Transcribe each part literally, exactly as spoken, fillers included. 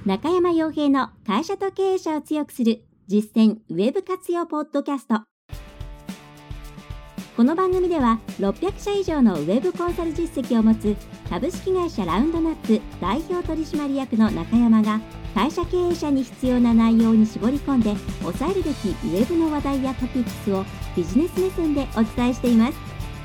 中山洋平の会社と経営者を強くする実践ウェブ活用ポッドキャスト。この番組ではろっぴゃくしゃ以上のウェブコンサル実績を持つ株式会社ラウンドナップ代表取締役の中山が会社経営者に必要な内容に絞り込んで抑えるべきウェブの話題やトピックスをビジネス目線でお伝えしています。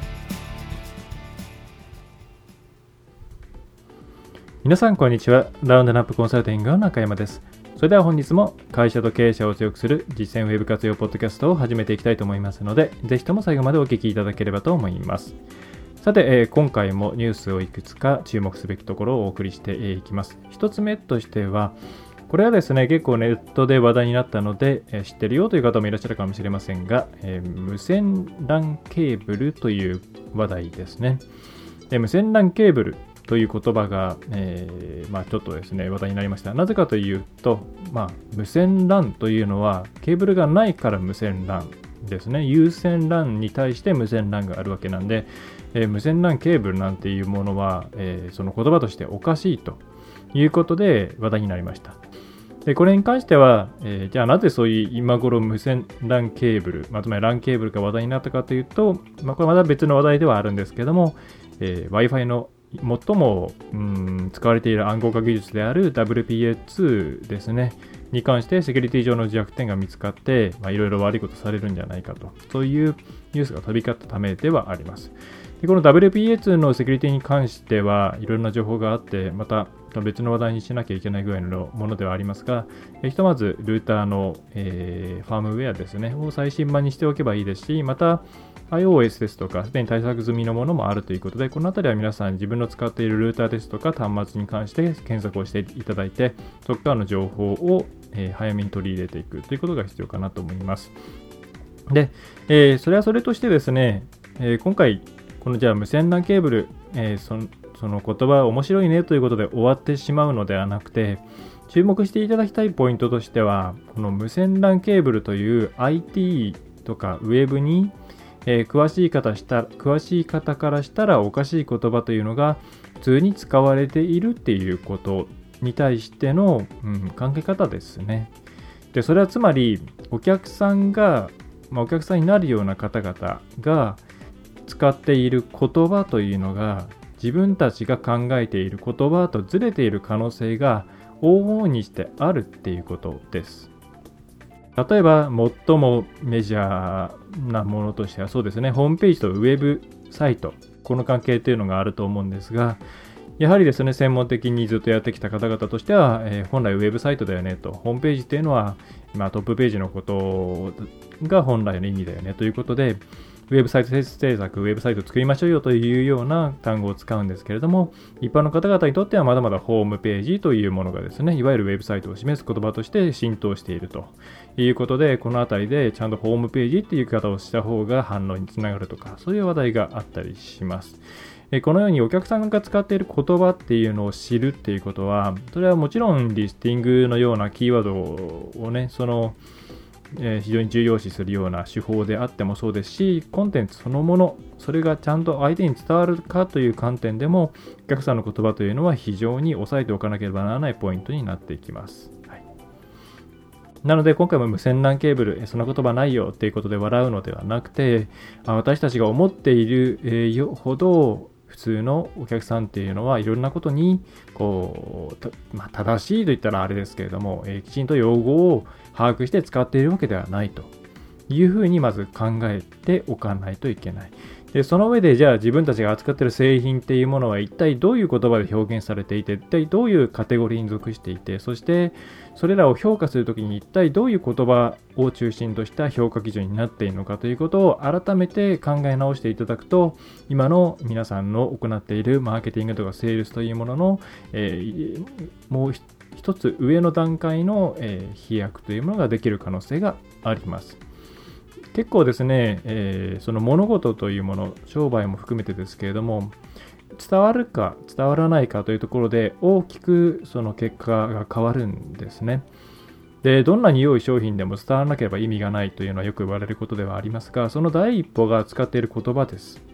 皆さんこんにちは。ラウンドナップコンサルティングの中山です。それでは本日も会社と経営者を強くする実践ウェブ活用ポッドキャストを始めていきたいと思いますので、ぜひとも最後までお聞きいただければと思います。さて、えー、今回もニュースをいくつか注目すべきところをお送りしていきます。一つ目としては、これはですね、結構ネットで話題になったので、えー、知ってるよという方もいらっしゃるかもしれませんが、えー、無線 ラン ケーブルという話題ですね。で無線 ラン ケーブルという言葉が、えーまあ、ちょっとですね話題になりました。なぜかというと、まあ、無線 ラン というのはケーブルがないから無線 ラン ですね。有線 ラン に対して無線 ラン があるわけなんで、えー、無線 ラン ケーブルなんていうものは、えー、その言葉としておかしいということで話題になりました。でこれに関しては、えー、じゃあなぜそういう今頃無線 ラン ケーブル、まあ、つまり ラン ケーブルが話題になったかというと、まあ、これまた別の話題ではあるんですけども、えー、Wi-Fi の最も、うん、使われている暗号化技術である ダブリューピーエーツー ですねに関してセキュリティ上の弱点が見つかっていろいろ悪いことされるんじゃないかと、そういうニュースが飛び交ったためではあります。でこの ダブリューピーエーツー のセキュリティに関してはいろんな情報があって、また別の話題にしなきゃいけないぐらいのものではありますが、ひとまずルーターの、えー、ファームウェアですねを最新版にしておけばいいですし、また iOS ですとかすでに対策済みのものもあるということで、このあたりは皆さん自分の使っているルーターですとか端末に関して検索をしていただいて、そこからの情報を、えー、早めに取り入れていくということが必要かなと思います。で、えー、それはそれとしてですね、えー、今回このじゃあ無線 ラン ケーブル、えー、そのその言葉面白いねということで終わってしまうのではなくて、注目していただきたいポイントとしては、この無線 ラン ケーブルという アイティー とかウェブに、えー、詳しい方した詳しい方からしたらおかしい言葉というのが普通に使われているっていうことに対しての、うん、考え方ですね。でそれはつまりお客さんが、まあ、お客さんになるような方々が使っている言葉というのが自分たちが考えている言葉とずれている可能性が往々にしてあるっていうことです。例えば最もメジャーなものとしてはそうですね、ホームページとウェブサイト、この関係というのがあると思うんですが、やはりですね、専門的にずっとやってきた方々としては、えー、本来ウェブサイトだよねと、ホームページっていうのは、まあ、トップページのことが本来の意味だよねということで、ウェブサイト制作、ウェブサイトを作りましょうよというような単語を使うんですけれども、一般の方々にとってはまだまだホームページというものがですね、いわゆるウェブサイトを示す言葉として浸透しているということで、このあたりでちゃんとホームページっていう言い方をした方が反応につながるとか、そういう話題があったりします。このようにお客さんが使っている言葉っていうのを知るっていうことは、それはもちろんリスティングのようなキーワードをね、そのえー、非常に重要視するような手法であってもそうですし、コンテンツそのもの、それがちゃんと相手に伝わるかという観点でも、お客さんの言葉というのは非常に押さえておかなければならないポイントになっていきます。はい、なので今回も無線 ラン ケーブル、そんな言葉ないよっていうことで笑うのではなくて、私たちが思っているほど普通のお客さんっていうのはいろんなことにこう、まあ、正しいと言ったらあれですけれども、えー、きちんと用語を把握して使っているわけではないというふうにまず考えておかないといけない。でその上でじゃあ自分たちが扱っている製品っていうものは一体どういう言葉で表現されていて、一体どういうカテゴリーに属していて、そしてそれらを評価するときに一体どういう言葉を中心とした評価基準になっているのかということを改めて考え直していただくと、今の皆さんの行っているマーケティングとかセールスというものの、えー、もう一つ上の段階の、えー、飛躍というものができる可能性があります。結構ですね、えー、その物事というもの、商売も含めてですけれども、伝わるか伝わらないかというところで大きくその結果が変わるんですね。で、どんなに良い商品でも伝わらなければ意味がないというのはよく言われることではありますが、その第一歩が使っている言葉です。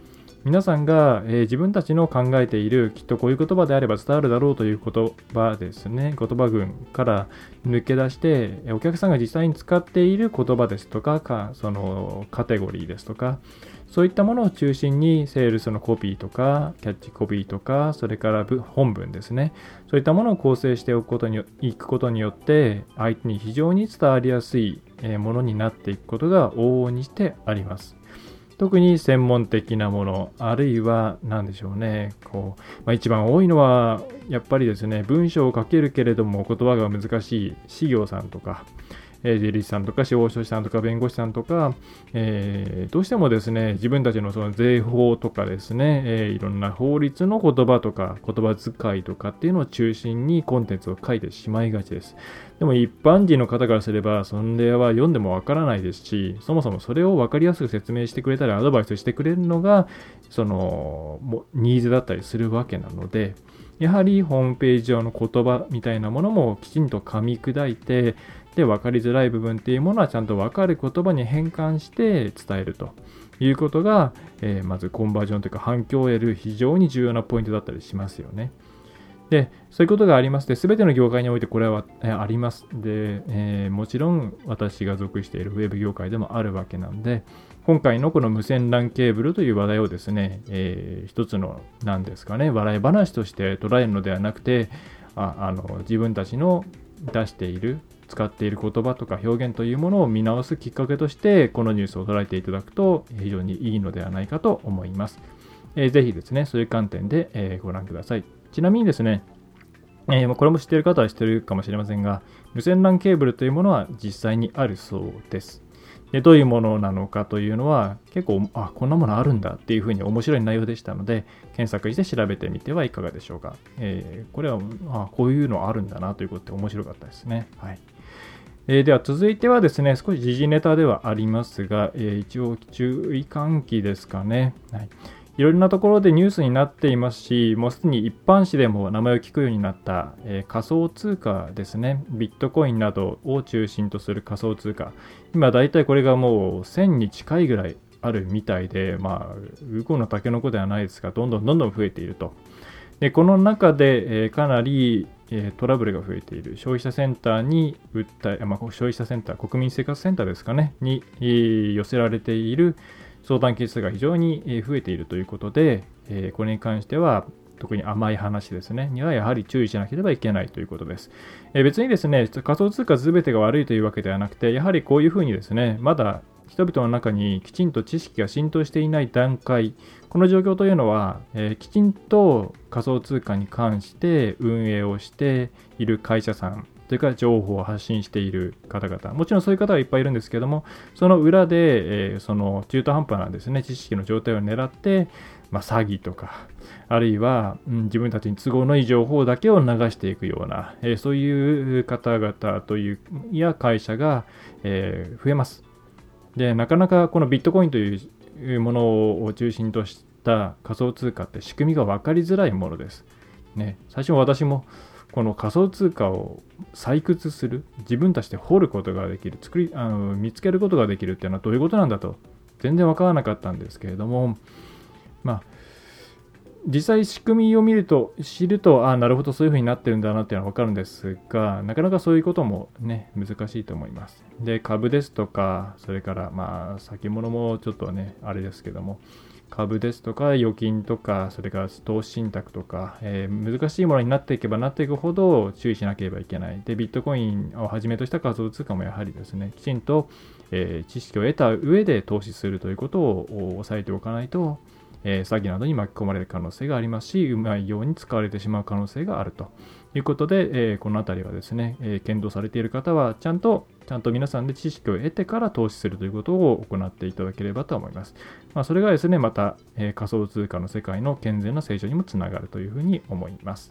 皆さんが、えー、自分たちの考えているきっとこういう言葉であれば伝わるだろうという言葉ですね、言葉群から抜け出して、お客さんが実際に使っている言葉ですとか、かそのカテゴリーですとか、そういったものを中心にセールスのコピーとかキャッチコピーとか、それから本文ですね、そういったものを構成しておくことにいくことによって相手に非常に伝わりやすいものになっていくことが往々にしてあります。特に専門的なもの、あるいは何でしょうね、こう、まあ、一番多いのはやっぱりですね、文章を書けるけれども言葉が難しい事業さんとか、えー、税理士さんとか司法書士さんとか弁護士さんとか、えー、どうしてもですね、自分たちのその税法とかですね、えー、いろんな法律の言葉とか言葉遣いとかっていうのを中心にコンテンツを書いてしまいがちです。でも一般人の方からすればそれは読んでもわからないですし、そもそもそれをわかりやすく説明してくれたりアドバイスしてくれるのがそのニーズだったりするわけなので、やはりホームページ上の言葉みたいなものもきちんと噛み砕いて、で分かりづらい部分っていうものはちゃんと分かる言葉に変換して伝えるということが、えー、まずコンバージョンというか反響を得る非常に重要なポイントだったりしますよね。で、そういうことがありまして、すべての業界においてこれは、えー、あります。で、えー、もちろん私が属しているウェブ業界でもあるわけなんで、今回のこの無線 ラン ケーブルという話題をですね、えー、一つの何ですかね、笑い話として捉えるのではなくて、ああの自分たちの出している使っている言葉とか表現というものを見直すきっかけとしてこのニュースを捉えていただくと非常にいいのではないかと思います。えー、ぜひですね、そういう観点で、えー、ご覧ください。ちなみにですね、えー、これも知っている方は知っているかもしれませんが、無線 ラン ケーブルというものは実際にあるそうです。で、どういうものなのかというのは結構、あ、こんなものあるんだっていうふうに面白い内容でしたので、検索して調べてみてはいかがでしょうか。えー、これは、あ、こういうのあるんだなということで面白かったですね。はい。えー、では続いてはですね、少し時事ネタではありますが、えー、一応注意喚起ですかね。はい。いろいろなところでニュースになっていますし、もうすでに一般紙でも名前を聞くようになった、えー、仮想通貨ですね。ビットコインなどを中心とする仮想通貨。今だいたいこれがもうせんに近いぐらいあるみたいで、まあ、ウコンのタケノコではないですが、どんどんどんどん増えていると。で、この中で、えー、かなり、えー、トラブルが増えている消費者センターに訴え、まあ、消費者センター、国民生活センターですかね、に、えー、寄せられている相談件数が非常に増えているということで、えー、これに関しては特に甘い話ですね、にはやはり注意しなければいけないということです。えー、別にですね、仮想通貨全てが悪いというわけではなくて、やはりこういうふうにですね、まだ人々の中にきちんと知識が浸透していない段階、この状況というのは、えー、きちんと仮想通貨に関して運営をしている会社さん、それから情報を発信している方々、もちろんそういう方がいっぱいいるんですけども、その裏で、えー、その中途半端なですね、知識の状態を狙って、まあ、詐欺とか、あるいは、うん、自分たちに都合のいい情報だけを流していくような、えー、そういう方々というや会社が、えー、増えます。で、なかなかこのビットコインというものを中心とした仮想通貨って仕組みが分かりづらいものです。ね、最初私もこの仮想通貨を採掘する、自分たちで掘ることができる、作りあの見つけることができるっていうのはどういうことなんだと全然分からなかったんですけれども、まあ実際仕組みを見ると知ると、あ、なるほどそういう風になってるんだなっていうのは分かるんですが、なかなかそういうこともね難しいと思います。で、株ですとか、それからまあ先物もちょっとねあれですけども、株ですとか預金とか、それから投資信託とか、えー、難しいものになっていけばなっていくほど注意しなければいけない。で、ビットコインをはじめとした仮想通貨もやはりですね、きちんと、えー、知識を得た上で投資するということを押さえておかないと、えー、詐欺などに巻き込まれる可能性がありますし、うまいように使われてしまう可能性があるということで、えー、このあたりはですね、えー、検討されている方はちゃんとちゃんと皆さんで知識を得てから投資するということを行っていただければと思います。まあ、それがですね、また、えー、仮想通貨の世界の健全な成長にもつながるというふうに思います。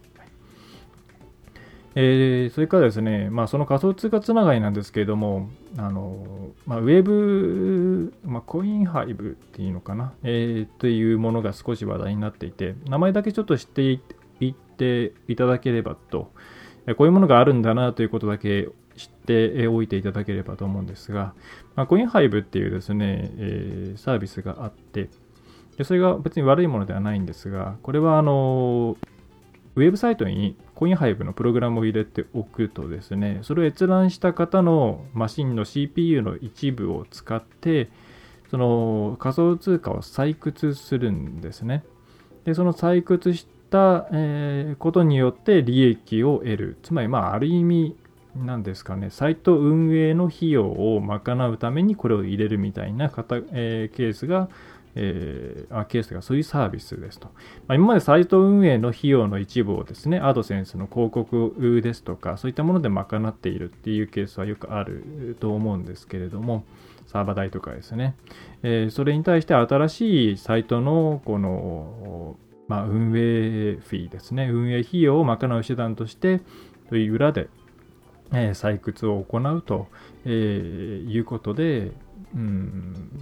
えー、それからですね、まあ、その仮想通貨つながりなんですけれども、あのまあ、ウェブ、まあ、コインハイブっていうのかな、えー、というものが少し話題になっていて、名前だけちょっと知っていっていただければと、こういうものがあるんだなということだけ知っておいていただければと思うんですが、まあ、コインハイブっていうですね、えー、サービスがあって、 でそれが別に悪いものではないんですが、これはあのウェブサイトにコインハイブのプログラムを入れておくとですね、それを閲覧した方のマシンの シーピーユー の一部を使って、その仮想通貨を採掘するんですね。で、その採掘した、えー、ことによって利益を得る。つまり、まあ、ある意味、なんですかね、サイト運営の費用を賄うためにこれを入れるみたいな方、えー、ケースが、えー、あケースがそういうサービスですと。まあ、今までサイト運営の費用の一部をですね、アドセンスの広告ですとか、そういったもので賄っているっていうケースはよくあると思うんですけれども、サーバー代とかですね。えー、それに対して新しいサイトのこの、まあ、運営フィーですね、運営費用を賄う手段として、という裏で、えー、採掘を行うと、えー、いうことで、うん、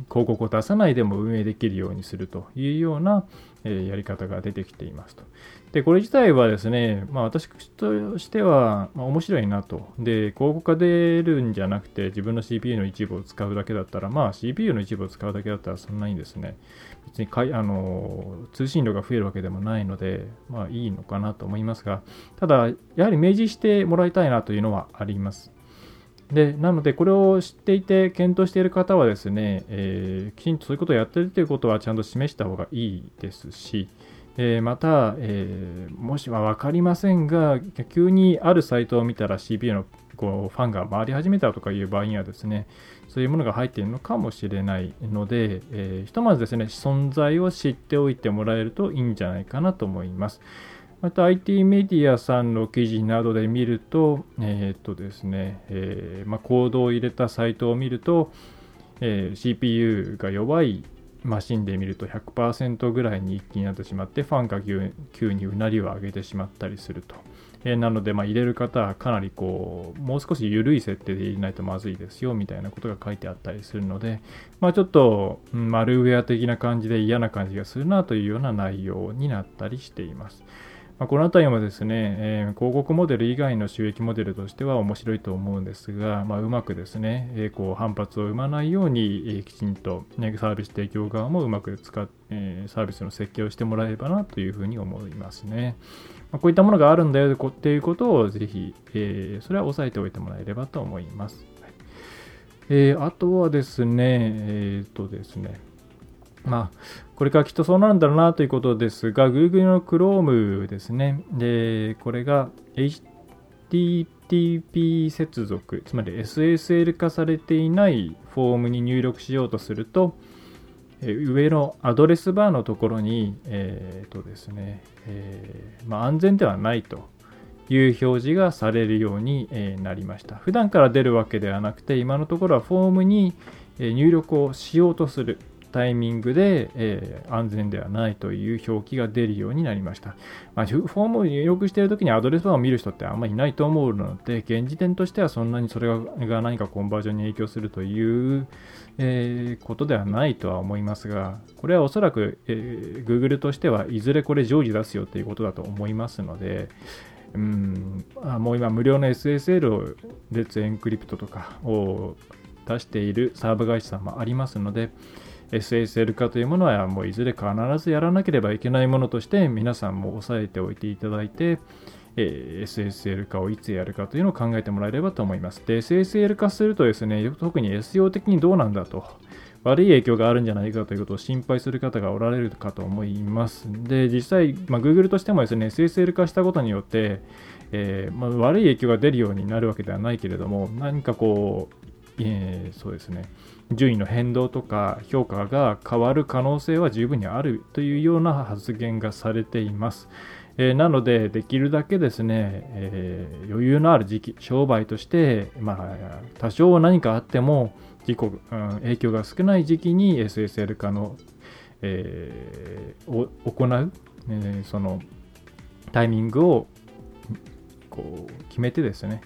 広告を出さないでも運営できるようにするというような、えー、やり方が出てきていますと。で、これ自体はですね、まあ、私としては、まあ、面白いなと。で、広告が出るんじゃなくて自分の シーピーユー の一部を使うだけだったら、まあ シーピーユー の一部を使うだけだったらそんなにですね、別にかいあの通信量が増えるわけでもないので、まあいいのかなと思いますが、ただ、やはり明示してもらいたいなというのはあります。でなので、これを知っていて検討している方はですね、えー、きちんとそういうことをやっているということはちゃんと示した方がいいですし、えー、また、えー、もしは分かりませんが、急にあるサイトを見たら シーピーユー のこうファンが回り始めたとかいう場合にはですね、そういうものが入っているのかもしれないので、えー、ひとまずですね、存在を知っておいてもらえるといいんじゃないかなと思います。また アイティー メディアさんの記事などで見ると、えー、っとですね、えーまあ、コードを入れたサイトを見ると、えー、シーピーユー が弱いマシンで見ると ひゃくパーセント ぐらいに一気になってしまって、ファンが急にうなりを上げてしまったりすると。えー、なので、まあ、入れる方はかなりこう、もう少し緩い設定で入れないとまずいですよみたいなことが書いてあったりするので、まあ、ちょっと、うん、マルウェア的な感じで嫌な感じがするなというような内容になったりしています。まあ、このあたりもですね、えー、広告モデル以外の収益モデルとしては面白いと思うんですが、まあ、うまくですね、えー、こう反発を生まないように、えー、きちんと、ね、サービス提供側もうまく使っ、えー、サービスの設計をしてもらえればなというふうに思いますね。まあ、こういったものがあるんだよっていうことをぜひ、えー、それは押さえておいてもらえればと思います。はい、えー、あとはですね、えっとですね、まあ、これからきっとそうなるんだろうなということですが、Google の Chrome ですね。で、これが エイチティーティーピー 接続、つまり エスエスエル 化されていないフォームに入力しようとすると、上のアドレスバーのところに、えーとですねえーまあ、安全ではないという表示がされるようになりました。普段から出るわけではなくて、今のところはフォームに入力をしようとするタイミングで、えー、安全ではないという表記が出るようになりました。まあ、フォームを入力しているときにアドレスバーを見る人ってあんまりいないと思うので、現時点としてはそんなにそれが何かコンバージョンに影響するという、えー、ことではないとは思いますが、これはおそらく、えー、Google としてはいずれこれ常時出すよということだと思いますので、うんあもう今無料の エスエスエル を列エンクリプトとかを出しているサーバー会社さんもありますので、エスエスエル 化というものはもういずれ必ずやらなければいけないものとして皆さんも押さえておいていただいて、えー、エスエスエル 化をいつやるかというのを考えてもらえればと思います。で、エスエスエル 化するとですね、特に エスイーオー 的にどうなんだと、悪い影響があるんじゃないかということを心配する方がおられるかと思います。で、実際、まあ、Google としてもですね、エスエスエル 化したことによって、えーまあ、悪い影響が出るようになるわけではないけれども、何かこう、えー、そうですね、順位の変動とか評価が変わる可能性は十分にあるというような発言がされています。えー、なので、できるだけですね、えー、余裕のある時期、商売として、まあ、多少何かあっても事故、うん、影響が少ない時期に エスエスエル 化の、えー、を行う、えー、そのタイミングをこう決めてですね、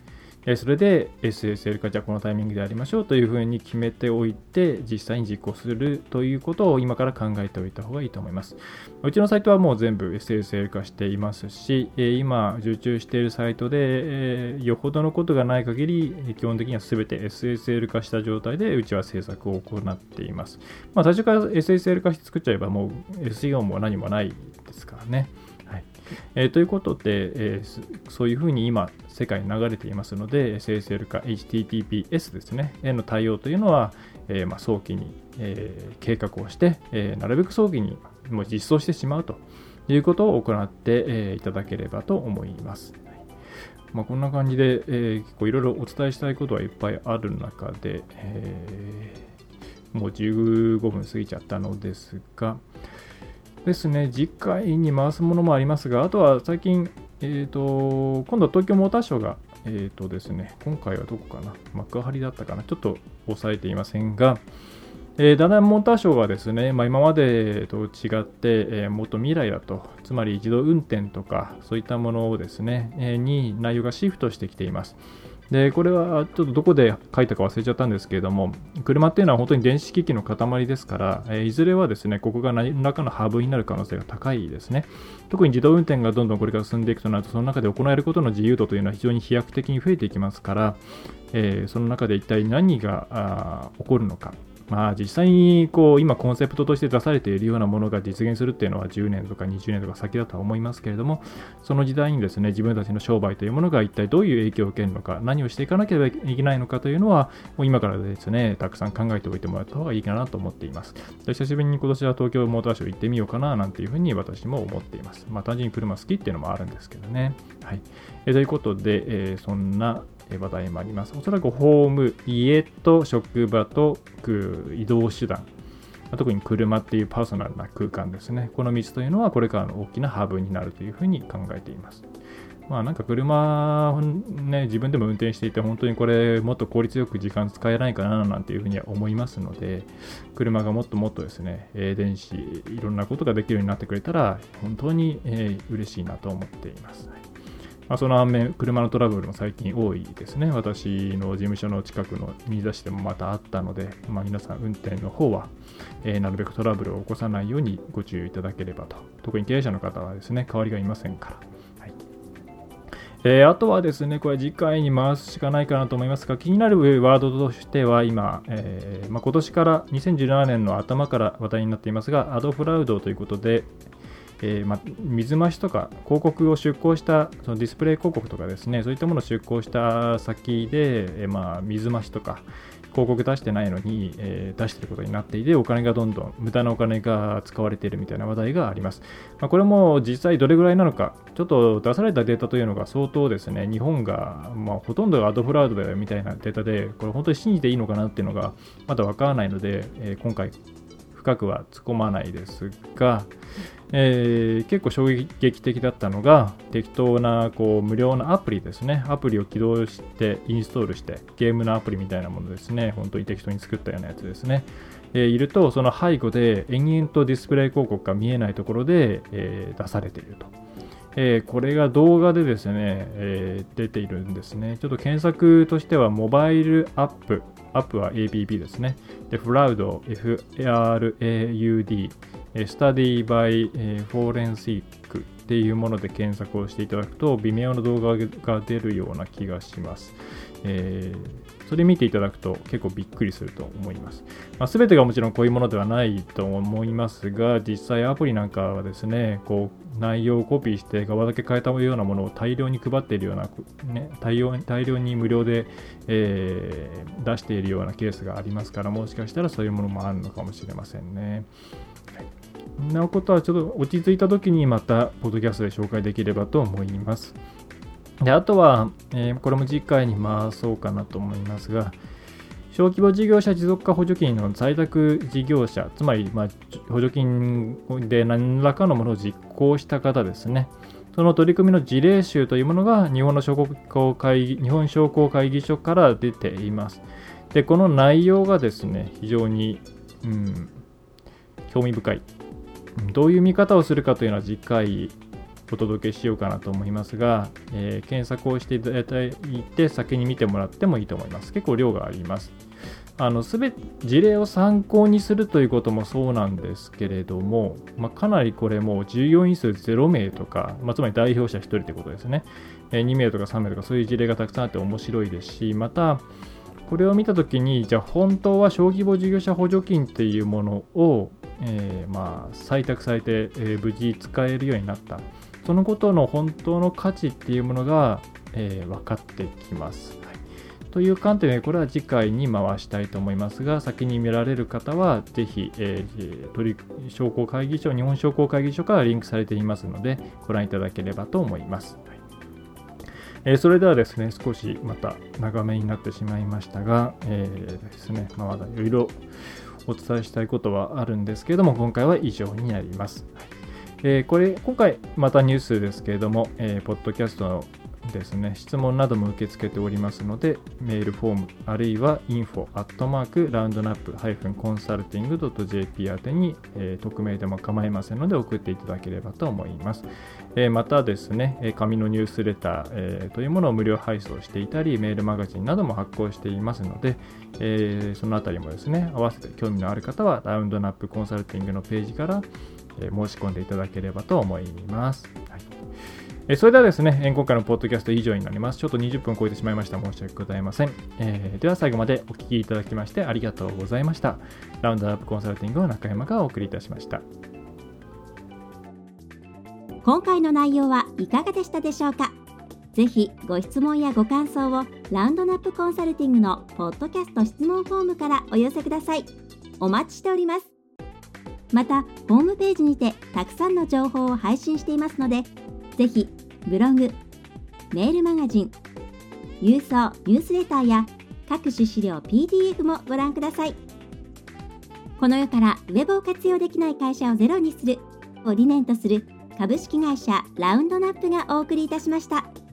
それで エスエスエル 化じゃあこのタイミングでやりましょうというふうに決めておいて実際に実行するということを今から考えておいた方がいいと思います。うちのサイトはもう全部 エスエスエル 化していますし、今受注しているサイトでよほどのことがない限り基本的には全て エスエスエル 化した状態でうちは制作を行っています。まあ、最初から エスエスエル 化して作っちゃえばもう エスイーオー も何もないですからね。はいえー、ということで、えー、そういうふうに今世界に流れていますので エスエスエル 化 エイチティーティーピーエス ですねへの対応というのは、えーまあ、早期に、えー、計画をして、えー、なるべく早期にもう実装してしまうということを行って、えー、いただければと思います。まあ、こんな感じで、えー、結構いろいろお伝えしたいことはいっぱいある中で、えー、もうじゅうごふん過ぎちゃったのですがですね、次回に回すものもありますが、あとは最近、えーと、今度は東京モーターショーが、えーとですね、今回はどこかな、幕張だったかな、ちょっと押さえていませんが、えー、だんだんモーターショーがですね、まあ、今までと違って、えー、もっと未来だと、つまり自動運転とか、そういったものをですね、えー、に内容がシフトしてきています。でこれはちょっとどこで書いたか忘れちゃったんですけれども、車っていうのは本当に電子機器の塊ですから、えー、いずれはですね、ここが何らかのハブになる可能性が高いですね。特に自動運転がどんどんこれから進んでいくとなると、その中で行えることの自由度というのは非常に飛躍的に増えていきますから、えー、その中で一体何が起こるのか。まあ、実際にこう今コンセプトとして出されているようなものが実現するっていうのはじゅうねんとかにじゅうねんとか先だとは思いますけれども、その時代にですね、自分たちの商売というものが一体どういう影響を受けるのか、何をしていかなければいけないのかというのは、もう今からですね、たくさん考えておいてもらった方がいいかなと思っています。で久しぶりに今年は東京モーターショー行ってみようかななんていうふうに私も思っています。まあ単純に車好きっていうのもあるんですけどね。はい。えということで、えー、そんな話題もあります。おそらくホーム、家と職場と移動手段、特に車っていうパーソナルな空間ですね。このみっつというのはこれからの大きなハブになるというふうに考えています。まあなんか車をね、自分でも運転していて本当にこれもっと効率よく時間使えないかななんていうふうには思いますので、車がもっともっとですね、電子いろんなことができるようになってくれたら本当に嬉しいなと思っています。まあ、その反面、車のトラブルも最近多いですね。私の事務所の近くの新座市でもまたあったので、まあ、皆さん運転の方は、えー、なるべくトラブルを起こさないようにご注意いただければと。特に経営者の方はですね、代わりがいませんから。はいえー、あとはですね、これ次回に回すしかないかなと思いますが、気になるワードとしては今、えーまあ、今年からにせんじゅうななねんの頭から話題になっていますが、アドフラウドということで、えーまあ、水増しとか広告を出稿したそのディスプレイ広告とかですね、そういったものを出稿した先で、えーまあ、水増しとか広告出してないのに、えー、出していることになっていて、お金がどんどん無駄なお金が使われているみたいな話題があります。まあ、これも実際どれぐらいなのか、ちょっと出されたデータというのが相当ですね、日本が、まあ、ほとんどがアドフラウドだよみたいなデータで、これ本当に信じていいのかなっていうのがまだわからないので、えー、今回深くは突っ込まないですが、えー、結構衝撃的だったのが、適当なこう無料のアプリですね。アプリを起動してインストールして、ゲームのアプリみたいなものですね。本当に適当に作ったようなやつですね。えー、いると、その背後で延々とディスプレイ広告が見えないところで、えー、出されていると。えー、これが動画でですね、えー、出ているんですね。ちょっと検索としては、モバイルアップ。アップは エーピーピー ですね。で、フラウド、エフアールエーユーディー、Study by Forensic っていうもので検索をしていただくと、微妙な動画が出るような気がします。えー、それ見ていただくと結構びっくりすると思います。まあ、全てがもちろんこういうものではないと思いますが、実際アプリなんかはですね、こう内容をコピーして側だけ変えたようなものを大量に配っているような、ね、大量、大量に無料で、えー、出しているようなケースがありますから、もしかしたらそういうものもあるのかもしれませんね。なことはちょっと落ち着いた時にまたポッドキャストで紹介できればと思います。であとは、えー、これも次回に回そうかなと思いますが、小規模事業者持続化補助金の在宅事業者、つまり、まあ、補助金で何らかのものを実行した方ですね。その取り組みの事例集というものが日本の商工会議、日本商工会議所から出ています。で、この内容がですね、非常に、うん、興味深い。どういう見方をするかというのは次回お届けしようかなと思いますが、えー、検索をしていただいて先に見てもらってもいいと思います。結構量があります。あのすべて事例を参考にするということもそうなんですけれども、まあ、かなりこれも従業員数ゼロめいとか、まあ、つまり代表者ひとりということですね。にめいとかさんめいとかそういう事例がたくさんあって面白いですし、またこれを見たときに、じゃあ本当は小規模事業者補助金っていうものを、えー、まあ採択されて、えー、無事使えるようになった。そのことの本当の価値っていうものが、えー、分かってきます。はい、という観点でこれは次回に回したいと思いますが、先に見られる方はぜひ、えー、取商工会議所、日本商工会議所からリンクされていますのでご覧いただければと思います。はい、えー、それではですね、少しまた長めになってしまいましたが、えー、ですね、まあ、まだいろいろお伝えしたいことはあるんですけれども、今回は以上になります。はい、えー、これ今回またニュースですけれども、えー、ポッドキャストのですね、質問なども受け付けておりますので、メールフォームあるいは インフォ アットマーク ラウンドナップ コンサルティング ドット ジェーピー 宛てに、えー、匿名でも構いませんので送っていただければと思います。えー、またですね、紙のニュースレター、えー、というものを無料配送していたり、メールマガジンなども発行していますので、えー、そのあたりもですね、合わせて興味のある方はラウンドナップコンサルティングのページから申し込んでいただければと思います。はい、それではですね、今回のポッドキャスト以上になります。ちょっとにじゅっぷん超えてしまいました。申し訳ございません。えー、では最後までお聞きいただきましてありがとうございました。ラウンドナップコンサルティングの中山がお送りいたしました。 今回の内容はいかがでしたでしょうか。ぜひご質問やご感想をラウンドナップコンサルティングのポッドキャスト質問フォームからお寄せください。お待ちしております。また、ホームページにてたくさんの情報を配信していますので、ぜひブログ、メールマガジン、郵送ニュースレターや各種資料 ピーディーエフ もご覧ください。この世からウェブを活用できない会社をゼロにするを理念とする株式会社ラウンドナップがお送りいたしました。